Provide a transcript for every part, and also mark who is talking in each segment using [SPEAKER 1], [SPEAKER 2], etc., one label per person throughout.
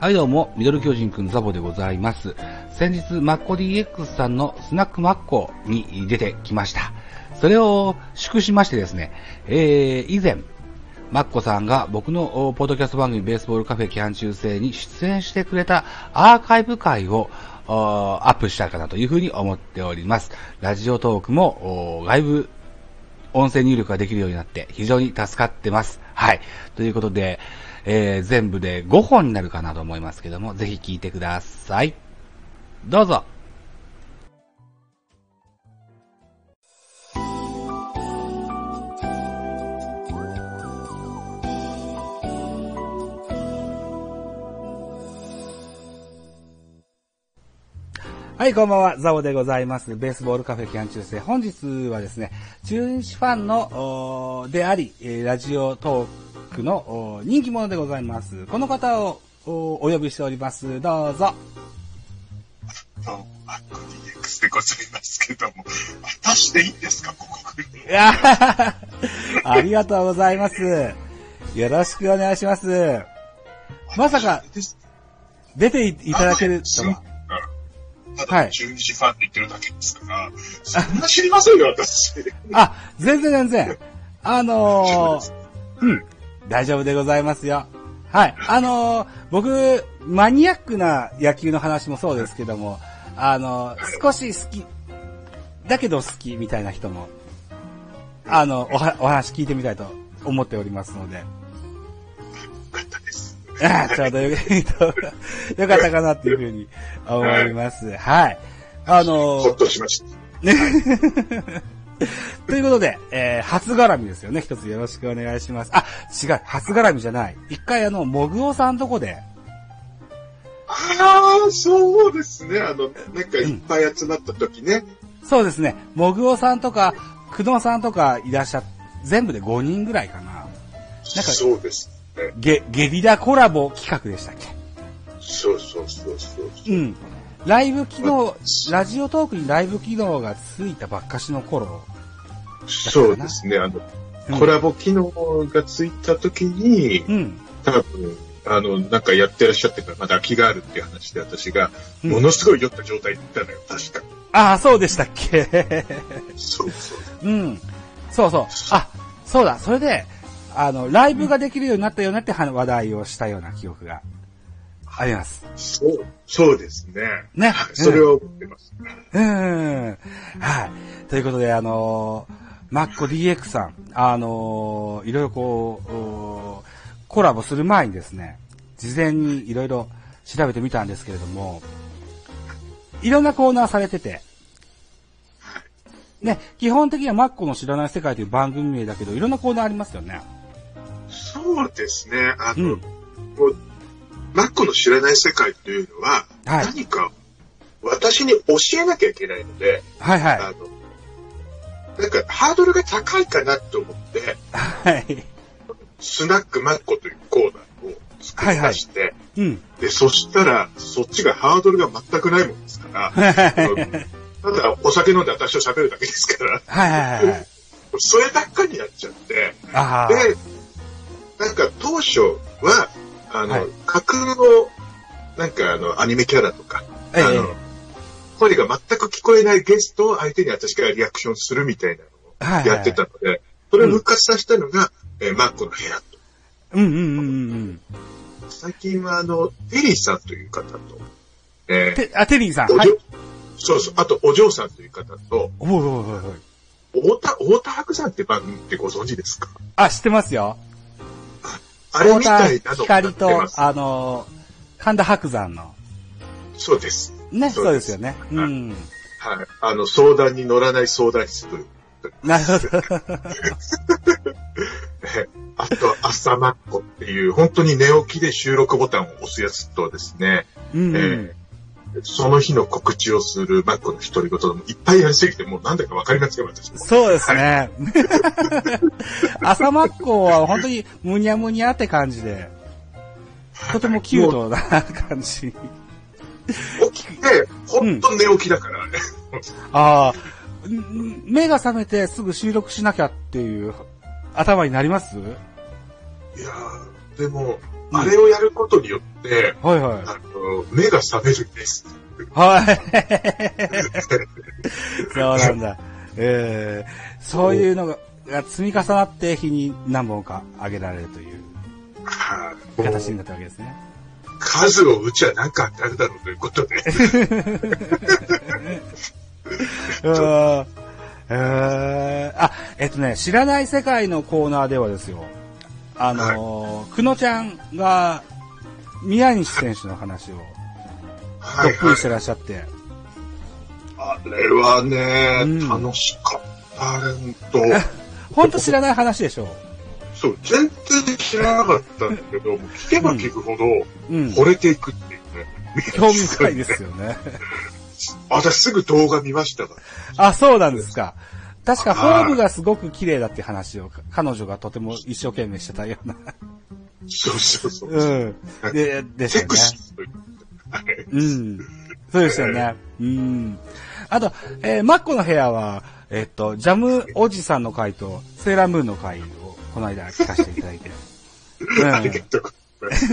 [SPEAKER 1] はいどうも、ミドル巨人くんザボでございます。先日、マッコ DX さんのスナックマッコに出てきました。それを祝しましてですね、以前、マッコさんが僕のポッドキャスト番組ベースボールカフェ期間中制に出演してくれたアーカイブ回をアップしたかなというふうに思っております。ラジオトークも外部音声入力ができるようになって非常に助かってます。はい。ということで、全部で5本になるかなと思いますけども、ぜひ聞いてください。どうぞ。はい、こんばんは。ザボでございます。ベースボールカフェ期間中制。本日はですね、中日ファンの、であり、ラジオトークの人気者でございます。この方をお呼びしております。どうぞ。
[SPEAKER 2] マッコ DX でございますけども、果たしていいんですか、ここに。
[SPEAKER 1] いやありがとうございます。よろしくお願いします。まさか、出ていただけるとは。
[SPEAKER 2] ただ中日ファンって言ってるだけですから、そんな知りませんよ、私。
[SPEAKER 1] 全然。大丈夫でございますよ。はい。僕、マニアックな野球の話もそうですけども、少し好き、だけど好きみたいな人も、お話聞いてみたいと思っておりますので。よ
[SPEAKER 2] かったです。
[SPEAKER 1] ちょうどよかったかなっていうふうに思います。はい。
[SPEAKER 2] ほっとしました。
[SPEAKER 1] ね。ということで、初絡みですよね。一つよろしくお願いします。違う、初絡みじゃない。一回モグオさんとこで。
[SPEAKER 2] そうですね。なんかいっぱい集まった時ね。
[SPEAKER 1] そうですね。モグオさんとか、久野さんとかいらっしゃって、全部で5人ぐらいかな。なんか、
[SPEAKER 2] そうですね。
[SPEAKER 1] ゲリラコラボ企画でしたっけ？
[SPEAKER 2] そう。
[SPEAKER 1] うん。ライブ機能、ラジオトークにライブ機能がついたばっかしの頃。
[SPEAKER 2] そうですね。コラボ機能がついた時に、多分、なんかやってらっしゃってからまだ空きがあるっていう話で私が、ものすごい酔った状態で行ったのよ、確か。
[SPEAKER 1] そうでしたっけ？
[SPEAKER 2] そう。
[SPEAKER 1] そう。そうだ。それで、ライブができるようになったよねって話題をしたような記憶があります。
[SPEAKER 2] そうですね。
[SPEAKER 1] ね。
[SPEAKER 2] それを思ってます。
[SPEAKER 1] はい。ということで、マッコ DX さん、いろいろコラボする前にですね、事前にいろいろ調べてみたんですけれども、いろんなコーナーされてて、ね、基本的にはマッコの知らない世界という番組名だけど、いろんなコーナーありますよね。
[SPEAKER 2] そうですね。マッコの知らない世界というのは、何か私に教えなきゃいけないので、なんかハードルが高いかなと思って、スナックマッコというコーナーを作りまして、で、そしたら、そっちがハードルが全くないもんですから、ただお酒飲んで私と喋るだけですから、そればっかりになっちゃって、で、なんか当初は、架空の、なんかアニメキャラとか、声が全く聞こえないゲストを相手に私がリアクションするみたいなのをやってたので、それを復活させたのが、マッコの部屋と。最近はテリーさんという方と、
[SPEAKER 1] テリーさん。
[SPEAKER 2] そう。あと、お嬢さんという方と、太田白山って番組ってご存知ですか？
[SPEAKER 1] 知ってますよ。
[SPEAKER 2] あれみたいなの
[SPEAKER 1] をやってます。光と、神田伯山の。
[SPEAKER 2] そうです。
[SPEAKER 1] ね、そうですよね。
[SPEAKER 2] 相談に乗らない相談室という。
[SPEAKER 1] なるほど。
[SPEAKER 2] あと、朝マッコっていう、本当に寝起きで収録ボタンを押すやつとですね、その日の告知をするマッコの独り言もいっぱいやりすぎて、もう何だかわかりません、私も。
[SPEAKER 1] そうですね。朝マッコは本当にむにゃむにゃって感じで、とてもキュートな感じ。
[SPEAKER 2] 起きて、本当寝起きだからね。
[SPEAKER 1] 目が覚めてすぐ収録しなきゃっていう頭になります？
[SPEAKER 2] いやー、でも、 あれをやることによって、
[SPEAKER 1] はいはい。
[SPEAKER 2] 目が覚めるんです。
[SPEAKER 1] はい。そうなんだ。そういうのが積み重なって日に何本か上げられるという形になったわけですね。
[SPEAKER 2] 数を打ちゃなんか当たるだろうということで。
[SPEAKER 1] 知らない世界のコーナーではですよ、くのちゃんが宮西選手の話をどっぷりしてらっしゃって。
[SPEAKER 2] あれはね、楽しかった、
[SPEAKER 1] ほんと知らない話でしょ。
[SPEAKER 2] そう、全然知らなかったんだけど、聞けば聞くほど、惚れていくっていうね。
[SPEAKER 1] 興味深いですよね。
[SPEAKER 2] 私すぐ動画見ましたから。
[SPEAKER 1] あ、そうなんですか。確かフォームがすごく綺麗だって話を彼女がとても一生懸命してたような。
[SPEAKER 2] そうそうそう。
[SPEAKER 1] ですよね。そうですよね。あと、マッコの部屋は、ジャムおじさんの回とセーラームーンの回をこの間聞かせていただいて。
[SPEAKER 2] ありがとうございます。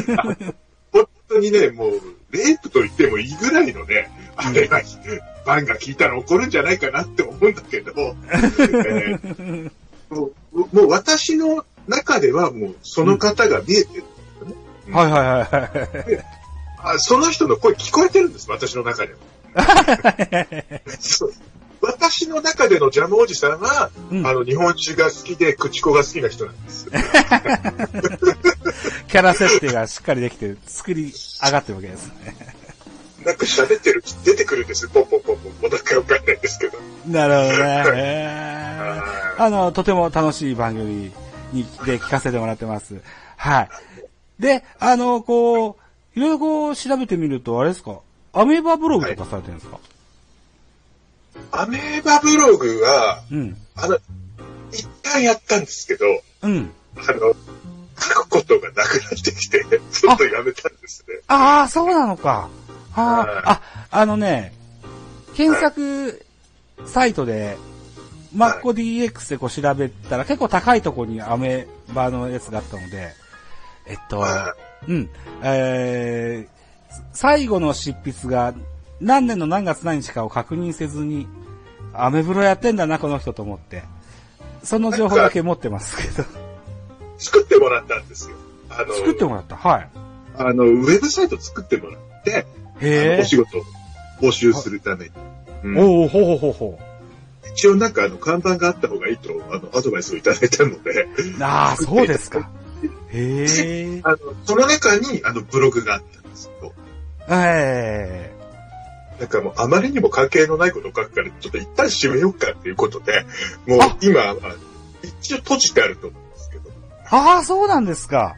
[SPEAKER 2] 本当にね、もう、レイプと言ってもいいぐらいのね、あれが、バンが聞いたら怒るんじゃないかなって思うんだけど、もう私の中ではもうその方が見えてるんですよね。はい。その人の声聞こえてるんです、私の中では。私の中でのジャムおじさんは、日本酒が好きで、口子が好きな人なんです。
[SPEAKER 1] キャラ設定がしっかりできて、作り上がってるわけですね。
[SPEAKER 2] なんか喋ってる、出てくるんですよ。ポンポンポンポン。もうなんかわかんないんですけど。
[SPEAKER 1] なるほどね。とても楽しい番組で聞かせてもらってます。はい。で、いろいろ調べてみると、あれですか、アメーバブログとかされてるんですか？
[SPEAKER 2] アメーバブログは、一旦やったんですけど、書くことがなくなってきて、ちょっとやめたんですね。
[SPEAKER 1] ああ、そうなのか。検索サイトで、マッコ DX で調べたら結構高いところにアメバのやつがあったので、最後の執筆が何年の何月何日かを確認せずに、アメブロやってんだな、この人と思って。その情報だけ持ってますけど。
[SPEAKER 2] 作ってもらったんですよ。
[SPEAKER 1] 作ってもらった、はい。
[SPEAKER 2] ウェブサイト作ってもらって、お仕事を募集するために。
[SPEAKER 1] ほう。
[SPEAKER 2] 一応なんか看板があった方がいいと、アドバイスをいただいたので。
[SPEAKER 1] ああ、そうですか。
[SPEAKER 2] その中に、ブログがあったんですよ。なんかもうあまりにも関係のないことを書くから、ちょっと一旦閉めようかっていうことで、もう今、一応閉じてあると思うんですけど。
[SPEAKER 1] ああ、そうなんですか。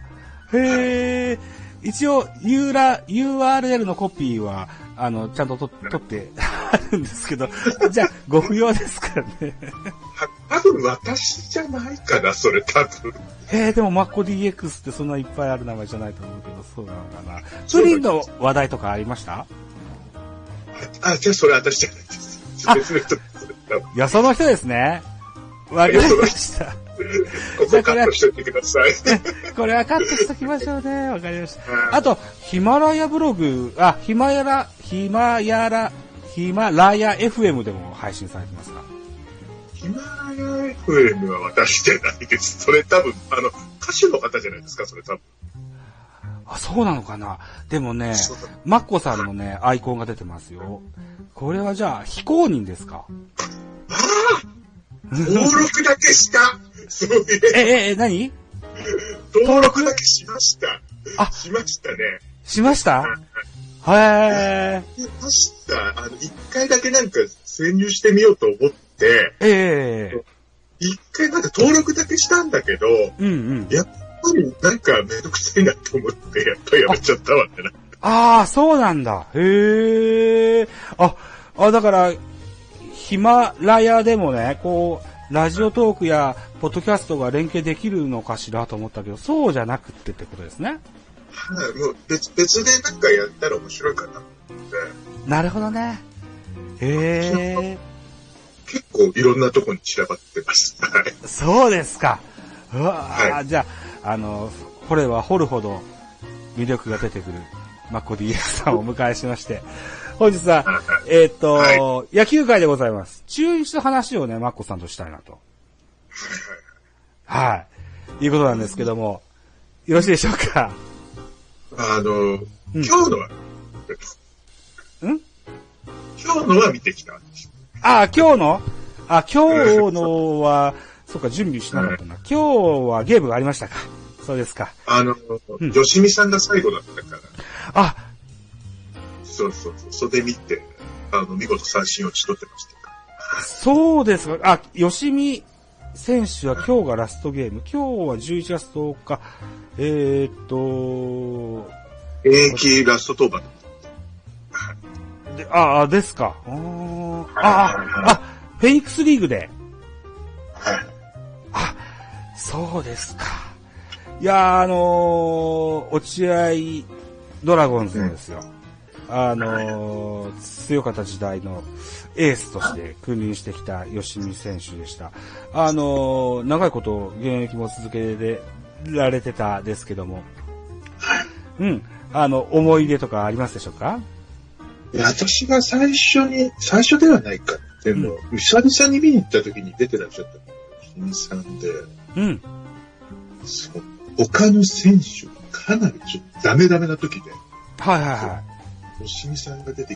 [SPEAKER 1] 一応、URL のコピーは、ちゃんと取ってあるんですけど、じゃあ、ご不要ですからね。
[SPEAKER 2] 多分私じゃないかな、それ多分。
[SPEAKER 1] でも、マッコ DX ってそんないっぱいある名前じゃないと思うけど、そうなのかな。プリンの話題とかありました？
[SPEAKER 2] じゃあそれ私じゃないです。別の人です。
[SPEAKER 1] いや、その人ですね。わかりました。
[SPEAKER 2] ここカットしといてください。
[SPEAKER 1] これはカットしときましょうね。わかりました。あと、ヒマラヤブログ、ヒマラヤ FM でも配信されてますか？
[SPEAKER 2] ヒマラヤ FM は私じゃないです。それ多分、歌手の方じゃないですか、それ多分。
[SPEAKER 1] そうなのかな。でもね、マッコさんのね、アイコンが出てますよ。これはじゃあ、非公認ですか？
[SPEAKER 2] 登録だけした。
[SPEAKER 1] 何？
[SPEAKER 2] 登録だけしました。しましたね。
[SPEAKER 1] しました？
[SPEAKER 2] 確か、一回だけなんか潜入してみようと思って、一回なんか登録だけしたんだけど、やっぱりなんかめんどくさいなと思って、やっぱりやめちゃったわね。
[SPEAKER 1] そうなんだ。だから、ヒマラヤでもね、ラジオトークやポッドキャストが連携できるのかしらと思ったけど、そうじゃなくってことですね。
[SPEAKER 2] もう別でなんかやったら面白いかなって。
[SPEAKER 1] なるほどね。
[SPEAKER 2] 結構いろんなとこに散らばってます。
[SPEAKER 1] そうですか。じゃあ、掘れば掘るほど魅力が出てくる、マッコ DX さんをお迎えしまして、本日は、はい、野球界でございます。中日の話をね、マッコさんとしたいなと。はい。いうことなんですけども、よろしいでしょうか。
[SPEAKER 2] 今日のは、今日のは見てきたんです。
[SPEAKER 1] 今日のは、そうか、準備しなかったな。今日はゲームがありましたか。そうですか。
[SPEAKER 2] 吉見さんが最後だったから。
[SPEAKER 1] あ、
[SPEAKER 2] そう。それで見て、見事三振を打ち取ってましたか。
[SPEAKER 1] そうですか。吉見選手は今日がラストゲーム。今日は11月10日。
[SPEAKER 2] 現役ラスト登板。
[SPEAKER 1] ですか。フェニックスリーグで。そうですか。いや落合ドラゴンズのですよ。強かった時代のエースとして君臨してきた吉見選手でした。長いこと現役も続けられてたですけども。思い出とかありますでしょうか？
[SPEAKER 2] 私が最初ではないか。でも、久々に見に行った時に出てらっしゃった吉見さんで、他の選手がかなりちょっとダメな時で、吉見さんが出て